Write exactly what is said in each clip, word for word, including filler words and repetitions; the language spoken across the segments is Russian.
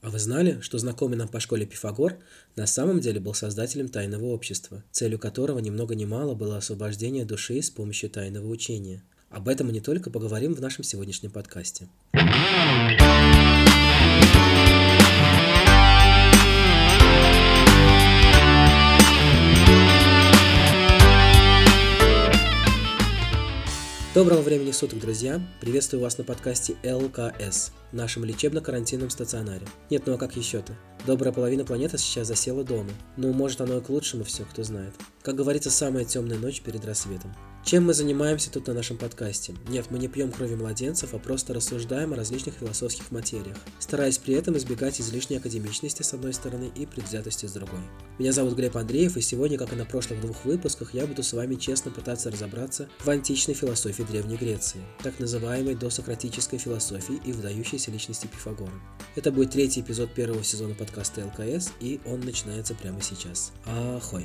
А вы знали, что знакомый нам по школе Пифагор на самом деле был создателем тайного общества, целью которого ни много ни мало было освобождение души с помощью тайного учения? Об этом мы не только поговорим в нашем сегодняшнем подкасте. Доброго времени суток, друзья! Приветствую вас на подкасте эл ка эс, нашем лечебно-карантинном стационаре. Нет, ну а как еще-то? Добрая половина планеты сейчас засела дома. Ну, может, оно и к лучшему все, кто знает. Как говорится, самая темная ночь перед рассветом. Чем мы занимаемся тут на нашем подкасте? Нет, мы не пьем крови младенцев, а просто рассуждаем о различных философских материях, стараясь при этом избегать излишней академичности с одной стороны и предвзятости с другой. Меня зовут Глеб Андреев, и сегодня, как и на прошлых двух выпусках, я буду с вами честно пытаться разобраться в античной философии Древней Греции, так называемой досократической философии и выдающейся личности Пифагора. Это будет третий эпизод первого сезона подкаста эл ка эс, и он начинается прямо сейчас. Ахой!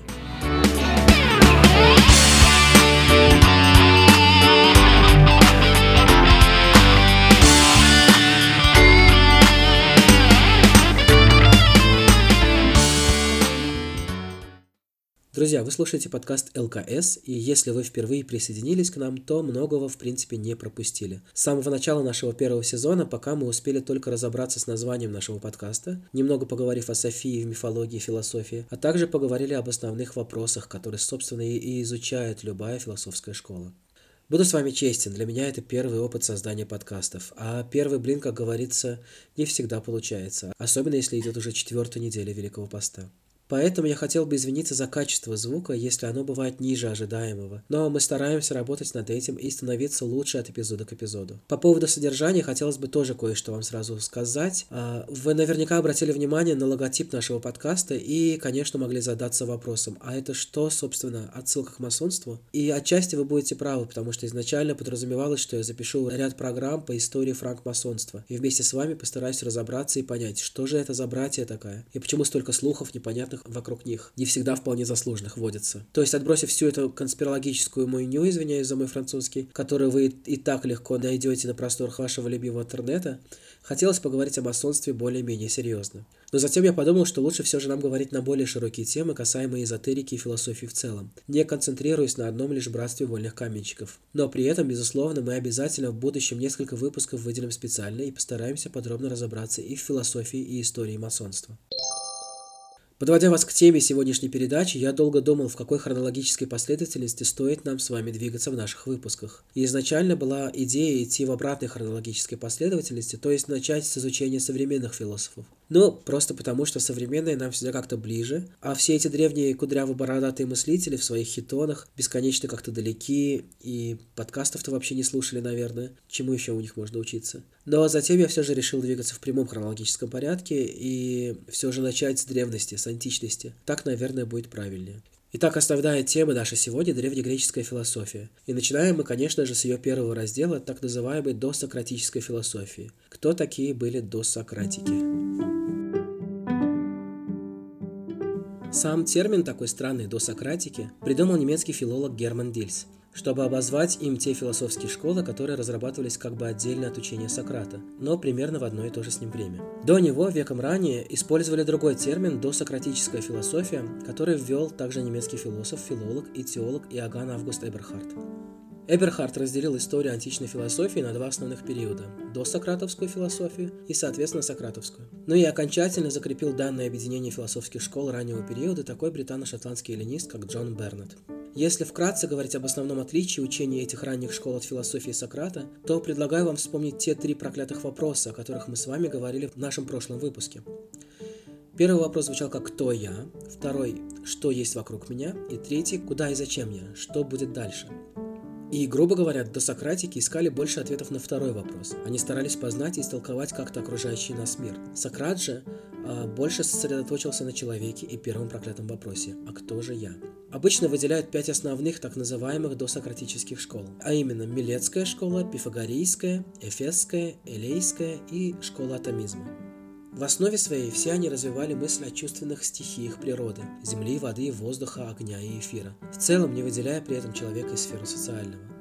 Друзья, вы слушаете подкаст эл ка эс, и если вы впервые присоединились к нам, то многого в принципе не пропустили. С самого начала нашего первого сезона, пока мы успели только разобраться с названием нашего подкаста, немного поговорив о Софии в мифологии и философии, а также поговорили об основных вопросах, которые, собственно, и изучает любая философская школа. Буду с вами честен, для меня это первый опыт создания подкастов, а первый блин, как говорится, не всегда получается, особенно если идет уже четвертая неделя Великого Поста. Поэтому я хотел бы извиниться за качество звука, если оно бывает ниже ожидаемого, но мы стараемся работать над этим и становиться лучше от эпизода к эпизоду. По поводу содержания хотелось бы тоже кое-что вам сразу сказать. Вы наверняка обратили внимание на логотип нашего подкаста и, конечно, могли задаться вопросом, а это что, собственно, отсылка к масонству? И отчасти вы будете правы, потому что изначально подразумевалось, что я запишу ряд программ по истории франкмасонства и вместе с вами постараюсь разобраться и понять, что же это за братья такая, и почему столько слухов непонятных вокруг них, не всегда вполне заслуженных, водится. То есть, отбросив всю эту конспирологическую муйню, извиняюсь за мой французский, которую вы и так легко найдете на просторах вашего любимого интернета, хотелось поговорить о масонстве более-менее серьезно. Но затем я подумал, что лучше все же нам говорить на более широкие темы, касаемые эзотерики и философии в целом, не концентрируясь на одном лишь братстве вольных каменщиков. Но при этом, безусловно, мы обязательно в будущем несколько выпусков выделим специально и постараемся подробно разобраться и в философии, и истории масонства. Подводя вас к теме сегодняшней передачи, я долго думал, в какой хронологической последовательности стоит нам с вами двигаться в наших выпусках. И изначально была идея идти в обратной хронологической последовательности, то есть начать с изучения современных философов. Ну, просто потому, что современные нам всегда как-то ближе, а все эти древние кудряво-бородатые мыслители в своих хитонах бесконечно как-то далеки, и подкастов-то вообще не слушали, наверное, чему еще у них можно учиться. Но затем я все же решил двигаться в прямом хронологическом порядке и все же начать с древности, с античности. Так, наверное, будет правильнее. Итак, основная тема наша сегодня – древнегреческая философия. И начинаем мы, конечно же, с ее первого раздела, так называемой досократической философии. Кто такие были досократики? Сам термин такой странной досократики придумал немецкий филолог Герман Дильс, чтобы обозвать им те философские школы, которые разрабатывались как бы отдельно от учения Сократа, но примерно в одно и то же с ним время. До него, веком ранее, использовали другой термин «досократическая философия», который ввел также немецкий философ, филолог и теолог Иоганн Август Эберхард. Эберхард разделил историю античной философии на два основных периода – досократовскую философию и, соответственно, сократовскую. Ну и окончательно закрепил данное объединение философских школ раннего периода такой британо-шотландский эллинист, как Джон Бернет. Если вкратце говорить об основном отличии учения этих ранних школ от философии Сократа, то предлагаю вам вспомнить те три проклятых вопроса, о которых мы с вами говорили в нашем прошлом выпуске. Первый вопрос звучал как «Кто я?», второй «Что есть вокруг меня?» и третий «Куда и зачем я? Что будет дальше?». И, грубо говоря, досократики искали больше ответов на второй вопрос. Они старались познать и истолковать как-то окружающий нас мир. Сократ же э, больше сосредоточился на человеке и первом проклятом вопросе «А кто же я?». Обычно выделяют пять основных так называемых досократических школ, а именно Милетская школа, Пифагорейская, Эфесская, Элейская и школа атомизма. В основе своей все они развивали мысль о чувственных стихиях природы – земли, воды, воздуха, огня и эфира, в целом не выделяя при этом человека из сферы социального.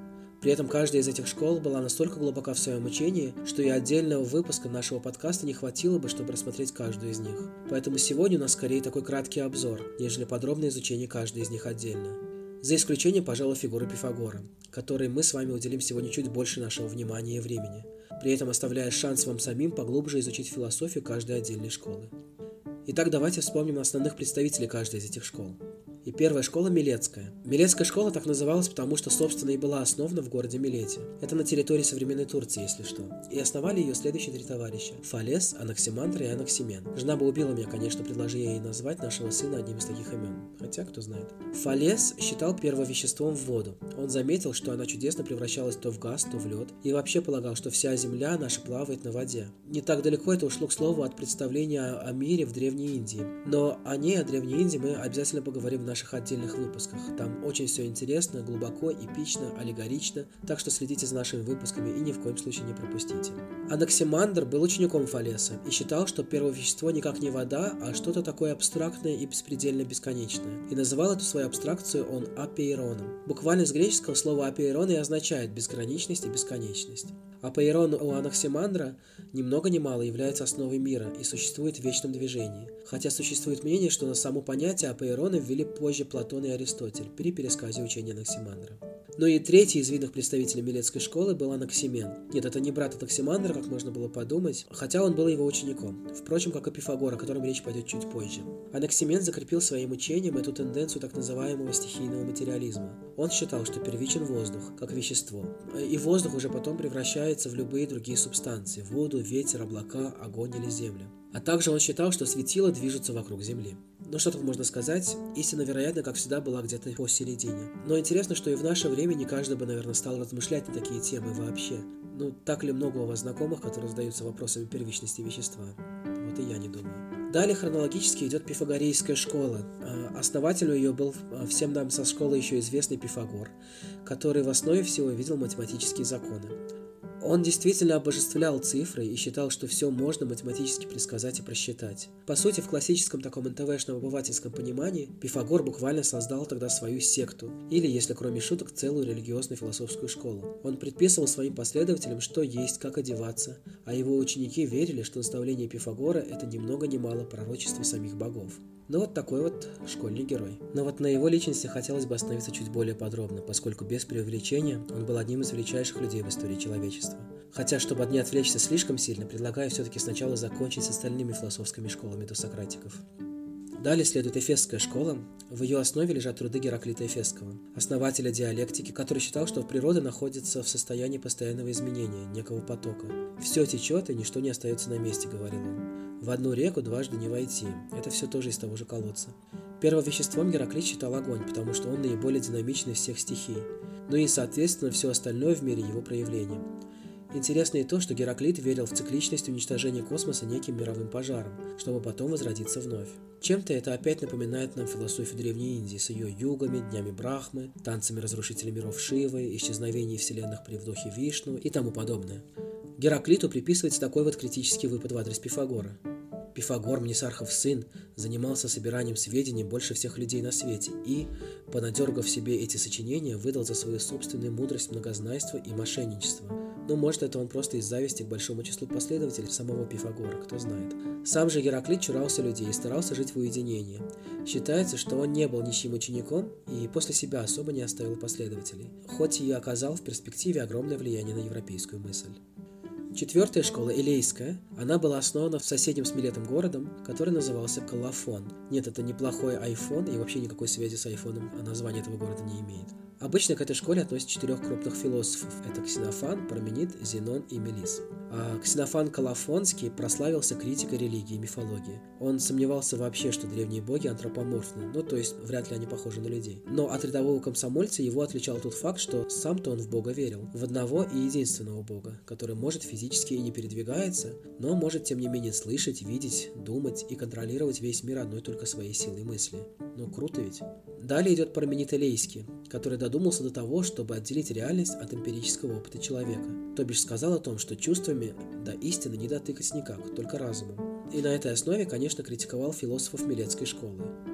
При этом каждая из этих школ была настолько глубока в своем учении, что и отдельного выпуска нашего подкаста не хватило бы, чтобы рассмотреть каждую из них. Поэтому сегодня у нас скорее такой краткий обзор, нежели подробное изучение каждой из них отдельно. За исключением, пожалуй, фигуры Пифагора, которой мы с вами уделим сегодня чуть больше нашего внимания и времени, при этом оставляя шанс вам самим поглубже изучить философию каждой отдельной школы. Итак, давайте вспомним основных представителей каждой из этих школ. И первая школа – Милетская. Милетская школа так называлась, потому что, собственно, и была основана в городе Милете. Это на территории современной Турции, если что. И основали ее следующие три товарища – Фалес, Анаксимандр и Анаксимен. Жена бы убила меня, конечно, предложи я ей назвать нашего сына одним из таких имен. Хотя, кто знает. Фалес считал первовеществом воду. Он заметил, что она чудесно превращалась то в газ, то в лед. И вообще полагал, что вся земля наша плавает на воде. Не так далеко это ушло, к слову, от представления о мире в Древней Индии. Но о ней, о Древней Индии, мы обязательно поговорим в наших отдельных выпусках. Там очень все интересно, глубоко, эпично, аллегорично, так что следите за нашими выпусками и ни в коем случае не пропустите. Анаксимандр был учеником Фалеса и считал, что первовещество никак не вода, а что-то такое абстрактное и беспредельно бесконечное. И называл эту свою абстракцию он апейроном. Буквально с греческого слова апейрон и означает безграничность и бесконечность. Апейрон у Анаксимандра ни много ни мало является основой мира и существует в вечном движении. Хотя существует мнение, что на само понятие апейрона ввели позже Платон и Аристотель при пересказе учения Анаксимандра. Ну и третий из видных представителей Милетской школы был Анаксимен. Нет, это не брат Анаксимандра, как можно было подумать, хотя он был его учеником. Впрочем, как и Пифагор, о котором речь пойдет чуть позже. Анаксимен закрепил своим учением эту тенденцию так называемого стихийного материализма. Он считал, что первичен воздух, как вещество, и воздух уже потом превращается в любые другие субстанции – воду, ветер, облака, огонь или землю. А также он считал, что светила движутся вокруг Земли. Ну что тут можно сказать? Истина, вероятно, как всегда, была где-то посередине. Но интересно, что и в наше время не каждый бы, наверное, стал размышлять на такие темы вообще. Ну, так ли много у вас знакомых, которые задаются вопросами первичности вещества? Вот и я не думаю. Далее хронологически идет Пифагорейская школа. Основателем ее был всем нам со школы еще известный Пифагор, который в основе всего видел математические законы. Он действительно обожествлял цифры и считал, что все можно математически предсказать и просчитать. По сути, в классическом таком эн тэ вэ-шном обывательском понимании Пифагор буквально создал тогда свою секту, или, если кроме шуток, целую религиозно-философскую школу. Он предписывал своим последователям, что есть, как одеваться, а его ученики верили, что наставление Пифагора – это ни много ни мало пророчество самих богов. Ну вот такой вот школьный герой. Но вот на его личности хотелось бы остановиться чуть более подробно, поскольку без преувеличения он был одним из величайших людей в истории человечества. Хотя, чтобы не отвлечься слишком сильно, предлагаю все-таки сначала закончить с остальными философскими школами досократиков. Далее следует Эфесская школа. В ее основе лежат труды Гераклита Эфесского, основателя диалектики, который считал, что природа находится в состоянии постоянного изменения, некого потока. «Все течет, и ничто не остается на месте», — говорил он. «В одну реку дважды не войти». Это все тоже из того же колодца. Первовеществом Гераклит считал огонь, потому что он наиболее динамичный из всех стихий. Ну и, соответственно, все остальное в мире его проявление. Интересно и то, что Гераклит верил в цикличность уничтожения космоса неким мировым пожаром, чтобы потом возродиться вновь. Чем-то это опять напоминает нам философию Древней Индии с ее югами, днями Брахмы, танцами разрушителя миров Шивы, исчезновением вселенных при вдохе Вишну и тому подобное. Гераклиту приписывается такой вот критический выпад в адрес Пифагора. Пифагор, Мнесархов сын, занимался собиранием сведений больше всех людей на свете и, понадергав себе эти сочинения, выдал за свою собственную мудрость многознайство и мошенничество. Но может это он просто из зависти к большому числу последователей самого Пифагора, кто знает. Сам же Гераклит чурался людей и старался жить в уединении. Считается, что он не был ничьим учеником и после себя особо не оставил последователей, хоть и оказал в перспективе огромное влияние на европейскую мысль. Четвертая школа, Элейская, она была основана в соседнем с Милетом городом, который назывался Колофон. Нет, это неплохой айфон и вообще никакой связи с айфоном название этого города не имеет. Обычно к этой школе относят четырех крупных философов. Это Ксенофан, Парменид, Зенон и Мелис. А Ксенофан Колофонский прославился критикой религии и мифологии. Он сомневался вообще, что древние боги антропоморфны, ну то есть вряд ли они похожи на людей. Но от рядового комсомольца его отличал тот факт, что сам-то он в Бога верил. В одного и единственного Бога, который может физически и не передвигается, но может тем не менее слышать, видеть, думать и контролировать весь мир одной только своей силой мысли. Ну круто ведь. Далее идет Парменид Элейский, который додумался до того, чтобы отделить реальность от эмпирического опыта человека. То бишь сказал о том, что чувствами до истины не дотыкать никак, только разумом. И на этой основе, конечно, критиковал философов Милетской школы.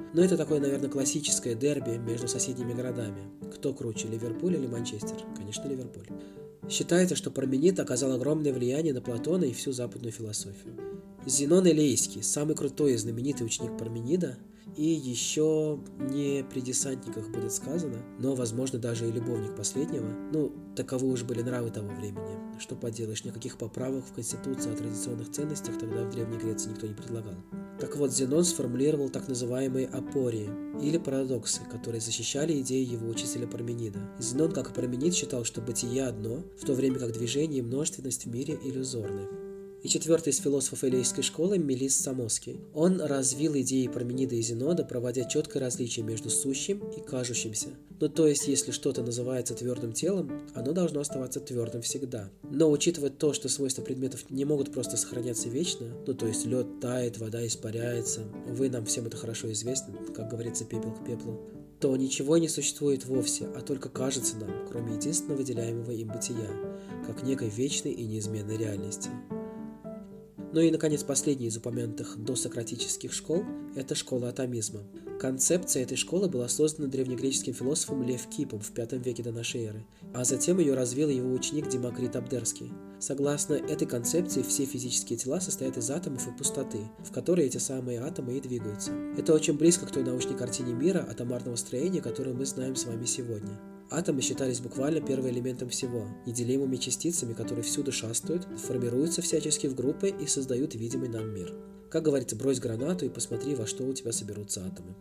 Но это такое, наверное, классическое дерби между соседними городами. Кто круче, Ливерпуль или Манчестер? Конечно, Ливерпуль. Считается, что Парменид оказал огромное влияние на Платона и всю западную философию. Зенон Элейский, самый крутой и знаменитый ученик Парменида, и еще не при десантниках будет сказано, но, возможно, даже и любовник последнего. Ну, таковы уж были нравы того времени. Что поделаешь, никаких поправок в Конституции о традиционных ценностях тогда в Древней Греции никто не предлагал. Так вот, Зенон сформулировал так называемые апории, или парадоксы, которые защищали идеи его учителя Парменида. Зенон, как и Парменид, считал, что бытие одно, в то время как движение и множественность в мире иллюзорны. И четвертый из философов элейской школы Мелис Самоский. Он развил идеи Парменида и Зенода, проводя четкое различие между сущим и кажущимся. Ну то есть, если что-то называется твердым телом, оно должно оставаться твердым всегда. Но учитывая то, что свойства предметов не могут просто сохраняться вечно, ну то есть лед тает, вода испаряется, увы, нам всем это хорошо известно, как говорится, пепел к пеплу, то ничего не существует вовсе, а только кажется нам, кроме единственно выделяемого им бытия, как некой вечной и неизменной реальности. Ну и, наконец, последний из упомянутых досократических школ – это школа атомизма. Концепция этой школы была создана древнегреческим философом Лев Кипом в пятом веке до нашей эры, а затем ее развил его ученик Демокрит Абдерский. Согласно этой концепции, все физические тела состоят из атомов и пустоты, в которой эти самые атомы и двигаются. Это очень близко к той научной картине мира атомарного строения, которую мы знаем с вами сегодня. Атомы считались буквально первым элементом всего, неделимыми частицами, которые всюду шастают, формируются всячески в группы и создают видимый нам мир. Как говорится, брось гранату и посмотри, во что у тебя соберутся атомы.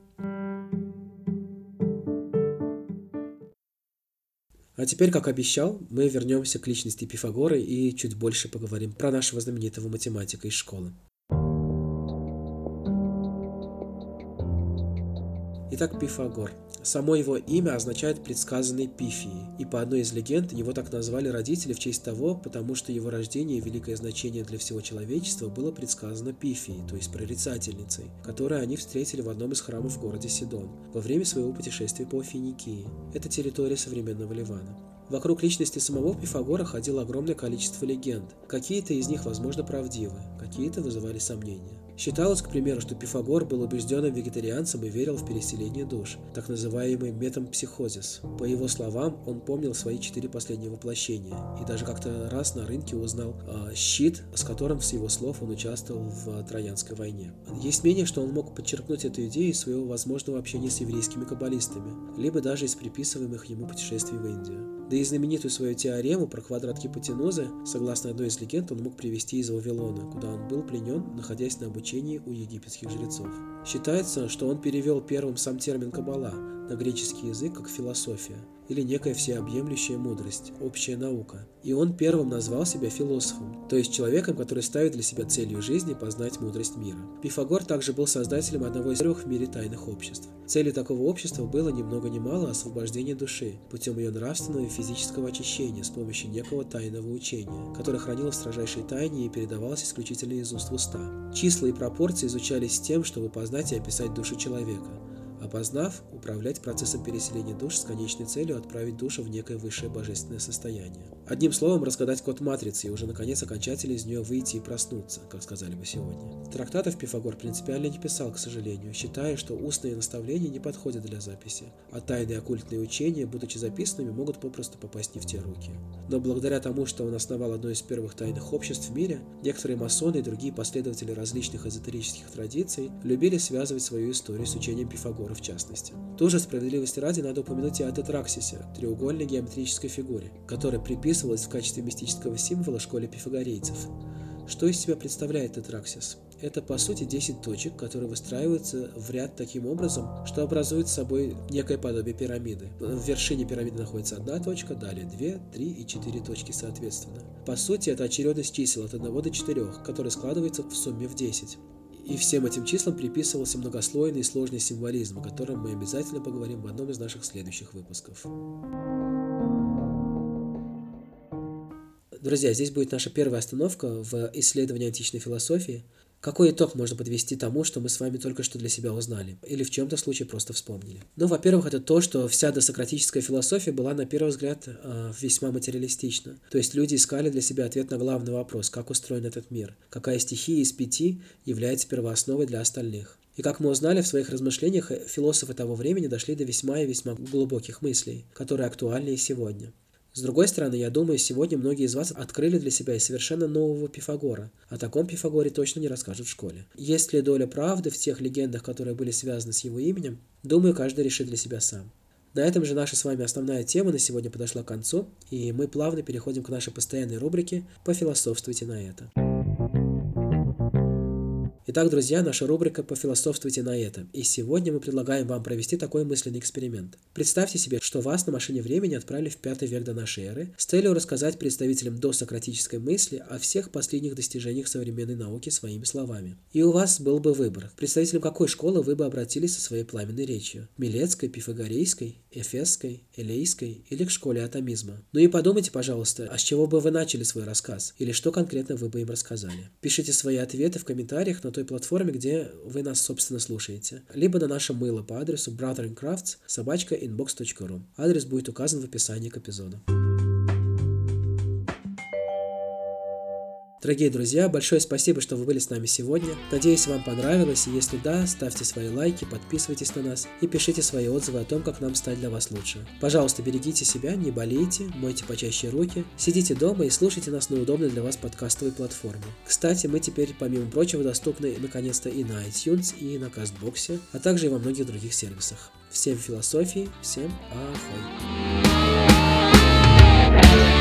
А теперь, как обещал, мы вернемся к личности Пифагора и чуть больше поговорим про нашего знаменитого математика из школы. Итак, Пифагор. Само его имя означает «предсказанный Пифией», и по одной из легенд его так назвали родители в честь того, потому что его рождение и великое значение для всего человечества было предсказано Пифией, то есть прорицательницей, которую они встретили в одном из храмов в городе Сидон во время своего путешествия по Финикии. Это территория современного Ливана. Вокруг личности самого Пифагора ходило огромное количество легенд. Какие-то из них, возможно, правдивы, какие-то вызывали сомнения. Считалось, к примеру, что Пифагор был убежденным вегетарианцем и верил в переселение душ, так называемый метампсихозис. По его словам, он помнил свои четыре последние воплощения и даже как-то раз на рынке узнал э, щит, с которым, с его слов, он участвовал в Троянской войне. Есть мнение, что он мог подчеркнуть эту идею из своего возможного общения с еврейскими каббалистами, либо даже из приписываемых ему путешествий в Индию. Да и знаменитую свою теорему про квадрат гипотенузы, согласно одной из легенд, он мог привезти из Вавилона, куда он был пленен, находясь на обучении у египетских жрецов. Считается, что он перевел первым сам термин «каббала» на греческий язык как «философия», или некая всеобъемлющая мудрость, общая наука. И он первым назвал себя философом, то есть человеком, который ставит для себя целью жизни познать мудрость мира. Пифагор также был создателем одного из трех в мире тайных обществ. Целью такого общества было ни много ни мало освобождение души путем ее нравственного и физического очищения с помощью некого тайного учения, которое хранило в строжайшей тайне и передавалось исключительно из уст в уста. Числа и пропорции изучались с тем, чтобы познать и описать душу человека. Опознав, управлять процессом переселения душ с конечной целью отправить душу в некое высшее божественное состояние. Одним словом, разгадать код матрицы и уже наконец окончательно из нее выйти и проснуться, как сказали бы сегодня. Трактатов Пифагор принципиально не писал, к сожалению, считая, что устные наставления не подходят для записи, а тайные оккультные учения, будучи записанными, могут попросту попасть не в те руки. Но благодаря тому, что он основал одно из первых тайных обществ в мире, некоторые масоны и другие последователи различных эзотерических традиций любили связывать свою историю с учением Пифагора в частности. Тоже справедливости ради надо упомянуть и о тетраксисе, треугольной геометрической фигуре, которая приписывалась в качестве мистического символа школе пифагорейцев. Что из себя представляет тетраксис? Это, по сути, десять точек, которые выстраиваются в ряд таким образом, что образуют собой некое подобие пирамиды. В вершине пирамиды находится одна точка, далее две, три и четыре точки соответственно. По сути, это очередность чисел от одного до четырёх, которые складываются в сумме в десять. И всем этим числам приписывался многослойный и сложный символизм, о котором мы обязательно поговорим в одном из наших следующих выпусков. Друзья, здесь будет наша первая остановка в исследовании античной философии. Какой итог можно подвести тому, что мы с вами только что для себя узнали? Или в чем-то случае просто вспомнили? Ну, во-первых, это то, что вся досократическая философия была, на первый взгляд, весьма материалистична. То есть люди искали для себя ответ на главный вопрос, как устроен этот мир, какая стихия из пяти является первоосновой для остальных. И как мы узнали в своих размышлениях, философы того времени дошли до весьма и весьма глубоких мыслей, которые актуальны и сегодня. С другой стороны, я думаю, сегодня многие из вас открыли для себя и совершенно нового Пифагора. О таком Пифагоре точно не расскажут в школе. Есть ли доля правды в тех легендах, которые были связаны с его именем? Думаю, каждый решит для себя сам. На этом же наша с вами основная тема на сегодня подошла к концу, и мы плавно переходим к нашей постоянной рубрике «Пофилософствуйте на это». Итак, друзья, наша рубрика «Пофилософствуйте на это». И сегодня мы предлагаем вам провести такой мысленный эксперимент. Представьте себе, что вас на машине времени отправили в пятый век до нашей эры с целью рассказать представителям досократической мысли о всех последних достижениях современной науки своими словами. И у вас был бы выбор. Представителям какой школы вы бы обратились со своей пламенной речью? Милетской, пифагорейской, эфесской, элейской или к школе атомизма? Ну и подумайте, пожалуйста, а с чего бы вы начали свой рассказ? Или что конкретно вы бы им рассказали? Пишите свои ответы в комментариях на той платформе, где вы нас, собственно, слушаете, либо на нашем мейле по адресу brotheringcrafts собака inbox точка ру. Адрес будет указан в описании к эпизоду. Дорогие друзья, большое спасибо, что вы были с нами сегодня. Надеюсь, вам понравилось, и если да, ставьте свои лайки, подписывайтесь на нас и пишите свои отзывы о том, как нам стать для вас лучше. Пожалуйста, берегите себя, не болейте, мойте почаще руки, сидите дома и слушайте нас на удобной для вас подкастовой платформе. Кстати, мы теперь, помимо прочего, доступны наконец-то и на iTunes, и на Кастбоксе, а также и во многих других сервисах. Всем философии, всем ахой!